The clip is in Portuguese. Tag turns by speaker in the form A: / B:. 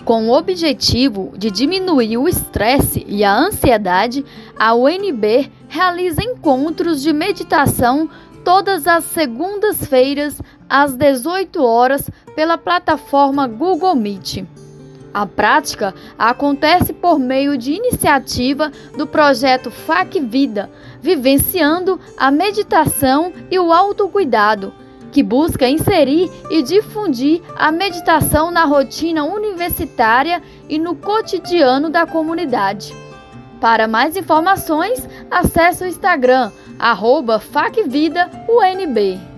A: Com o objetivo de diminuir o estresse e a ansiedade, a UNB realiza encontros de meditação todas as segundas-feiras, às 18 horas, pela plataforma Google Meet. A prática acontece por meio de iniciativa do projeto FAC Vida, vivenciando a meditação e o autocuidado, que busca inserir e difundir a meditação na rotina universitária e no cotidiano da comunidade. Para mais informações, acesse o Instagram, @FacVidaUNB.